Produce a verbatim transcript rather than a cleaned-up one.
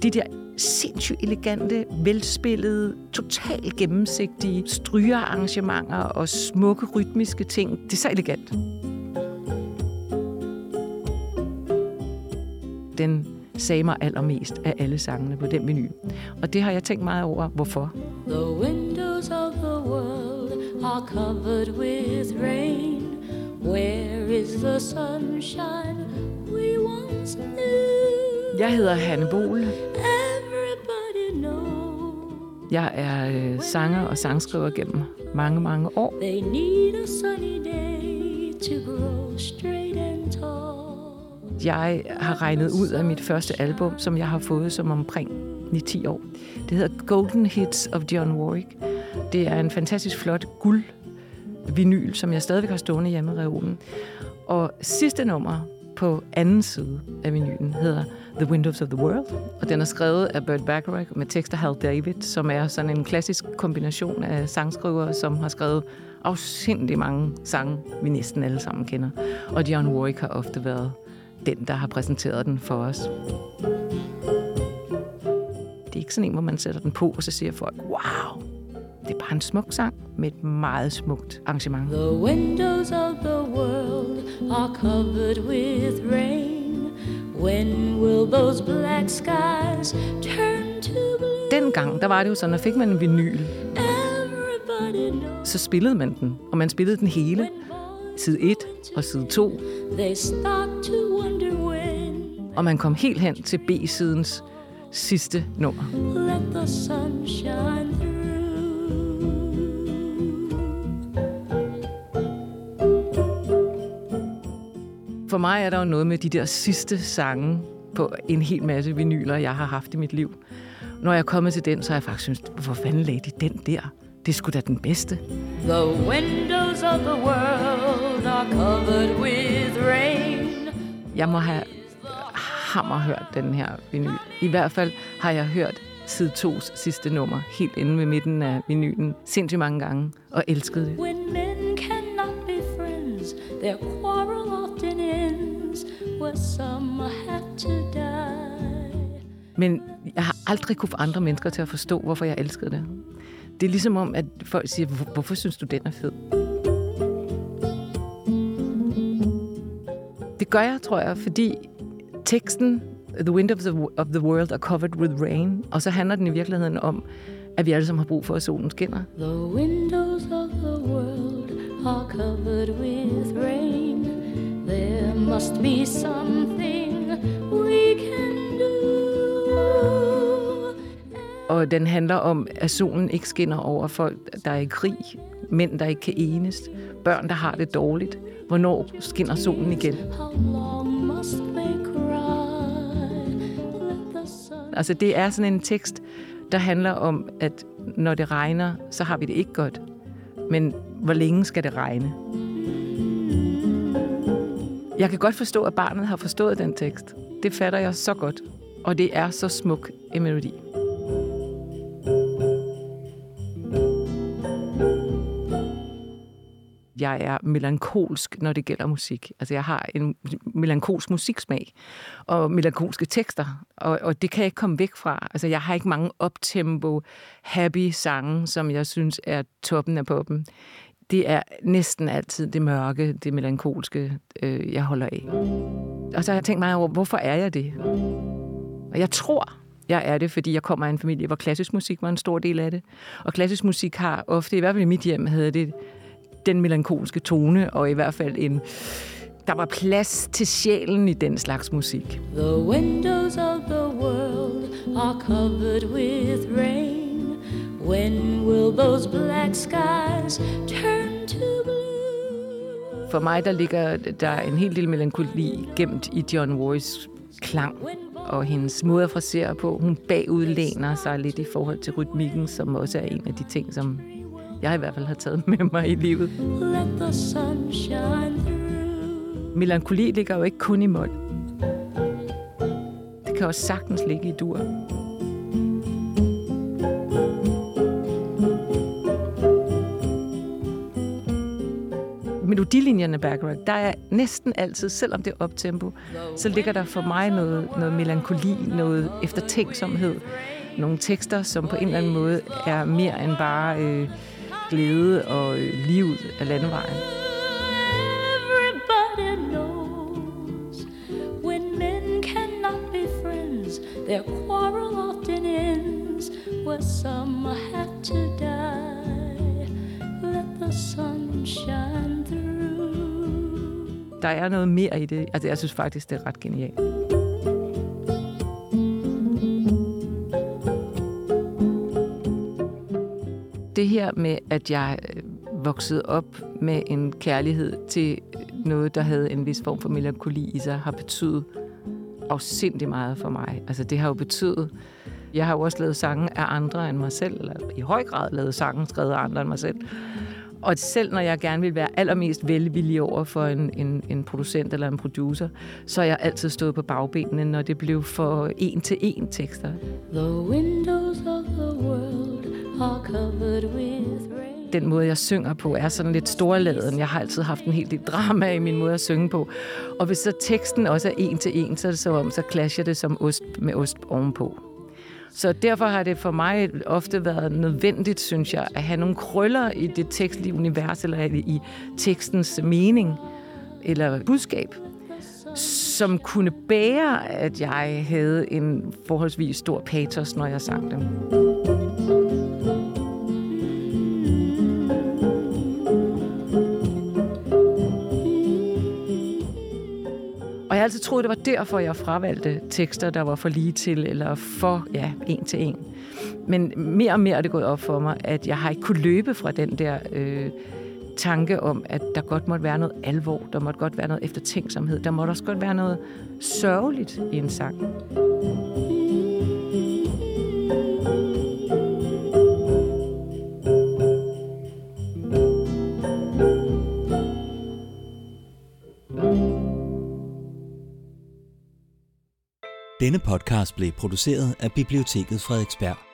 de der sindssygt elegante, velspillede, totalt gennemsigtige strygerarrangementer og smukke rytmiske ting. Det er så elegant. Den sagde mig allermest af alle sangene på den menu. Og det har jeg tænkt meget over, hvorfor. The windows of the world are covered with rain. Where is the sunshine we once knew? Jeg hedder Hanne Bohl. Everybody knows. Jeg er øh, sanger og sangskriver gennem mange, mange år. They need a sunny day to grow straight and tall. Jeg har regnet ud af mit første album, som jeg har fået som omkring ni til ti år. Det hedder Golden Hits of Dionne Warwick. Det er en fantastisk flot guld vinyl, som jeg stadigvæk har stående hjemme i reolen. Og sidste nummer på anden side af vinylen hedder The Windows of the World, og den er skrevet af Burt Bacharach med tekster Hal David, som er sådan en klassisk kombination af sangskrivere, som har skrevet afsindig mange sange, vi næsten alle sammen kender. Og Dionne Warwick har ofte været den, der har præsenteret den for os. Det er ikke sådan en, hvor man sætter den på, og så siger folk, wow, det er bare en smuk sang med et meget smukt arrangement. The windows of the world are covered with rain. When will those black skies turn to blue? Dengang, der var det jo sådan, at fik man en vinyl, Everybody knows. så spillede man den, og man spillede den hele. Side et og side to. They start to wonder when. Og man kom helt hen til B-sidens sidste nummer. Let the sun shine through. For mig er der jo noget med de der sidste sange på en hel masse vinyler, jeg har haft i mit liv. Når jeg er kommet til den, så har jeg faktisk syntes, hvor fanden lagde de den der? Det er sgu da den bedste. The windows of the world are covered with rain. Jeg må have hammerhørt den her vinyl. I hvert fald har jeg hørt side tos sidste nummer helt inde ved midten af vinylen sindssygt mange gange og elsket det. When men cannot be friends, their quarrel often ends where some have to die. Men jeg har aldrig kunne få andre mennesker til at forstå, hvorfor jeg elskede det. Det er ligesom om, at folk siger, hvorfor synes du, den er fed? Det gør jeg, tror jeg, fordi teksten The Windows of the World are covered with rain, og så handler den i virkeligheden om, at vi alle sammen har brug for, at solen skinner. The windows of the world are covered with rain. There must be something we can do. Og den handler om, at solen ikke skinner over folk, der er i krig, mænd, der ikke kan enes, børn, der har det dårligt. Hvornår skinner solen igen? Altså, det er sådan en tekst, der handler om, at når det regner, så har vi det ikke godt. Men hvor længe skal det regne? Jeg kan godt forstå, at barnet har forstået den tekst. Det fatter jeg så godt. Og det er så smuk en melodi. Jeg er melankolsk, når det gælder musik. Altså, jeg har en melankolsk musiksmag og melankolske tekster, og, og det kan jeg ikke komme væk fra. Altså, jeg har ikke mange uptempo, happy sange, som jeg synes er toppen af poppen. Det er næsten altid det mørke, det melankolske, øh, jeg holder af. Og så har jeg tænkt meget over, hvorfor er jeg det? Og jeg tror, jeg er det, fordi jeg kommer af en familie, hvor klassisk musik var en stor del af det. Og klassisk musik har ofte, i hvert fald i mit hjem, havde det den melankolske tone, og i hvert fald en, der var plads til sjælen i den slags musik. The windows of the world are covered with rain. When will those black skies turn to blue? For mig, der ligger der en hel del melankoli gemt i Dionne Warwicks klang og hendes måde at frasere på. Hun bagudlæner sig lidt i forhold til rytmikken, som også er en af de ting, som jeg i hvert fald har taget med mig i livet. Let the sun shine through. Melankoli ligger jo ikke kun i mol. Det kan også sagtens ligge i dur. melodilinjerne Bacharach, der er næsten altid, selvom det er optempo, så ligger der for mig noget, noget melankoli, noget eftertænksomhed, nogle tekster, som på en eller anden måde er mere end bare øh, glæde og øh, livet af landevejen. Their quarrel often ends where some have to die. Let the sun shine through. Der er noget mere i det. Altså, jeg synes faktisk, det er ret genialt. Det her med, at jeg voksede op med en kærlighed til noget, der havde en vis form for melankoli i sig, har betydet afsindig meget for mig. Altså det har jo betydet, jeg har jo også lavet sange af andre end mig selv, eller i høj grad lavet sange skrevet af andre end mig selv. Og selv når jeg gerne vil være allermest velvillig over for en, en, en producent eller en producer, så har jeg altid stået på bagbenene, når det blev for en til en tekster. The windows of the world are covered with rain. Den måde, jeg synger på, er sådan lidt storladen. Jeg har altid haft en hel del drama i min måde at synge på. Og hvis så teksten også er en til en, så er det så om, så clasher det som ost med ost ovenpå. Så derfor har det for mig ofte været nødvendigt, synes jeg, at have nogle krøller i det tekstlige univers, eller i tekstens mening, eller budskab, som kunne bære, at jeg havde en forholdsvis stor patos, når jeg sang dem. Og jeg har altid troet, det var derfor, jeg fravalgte tekster, der var for lige til, eller for, ja, en til en. Men mere og mere er det gået op for mig, at jeg har ikke kunne løbe fra den der øh, tanke om, at der godt måtte være noget alvor, der måtte godt være noget eftertænksomhed, der måtte også godt være noget sørgeligt i en sang. Denne podcast blev produceret af Biblioteket Frederiksberg.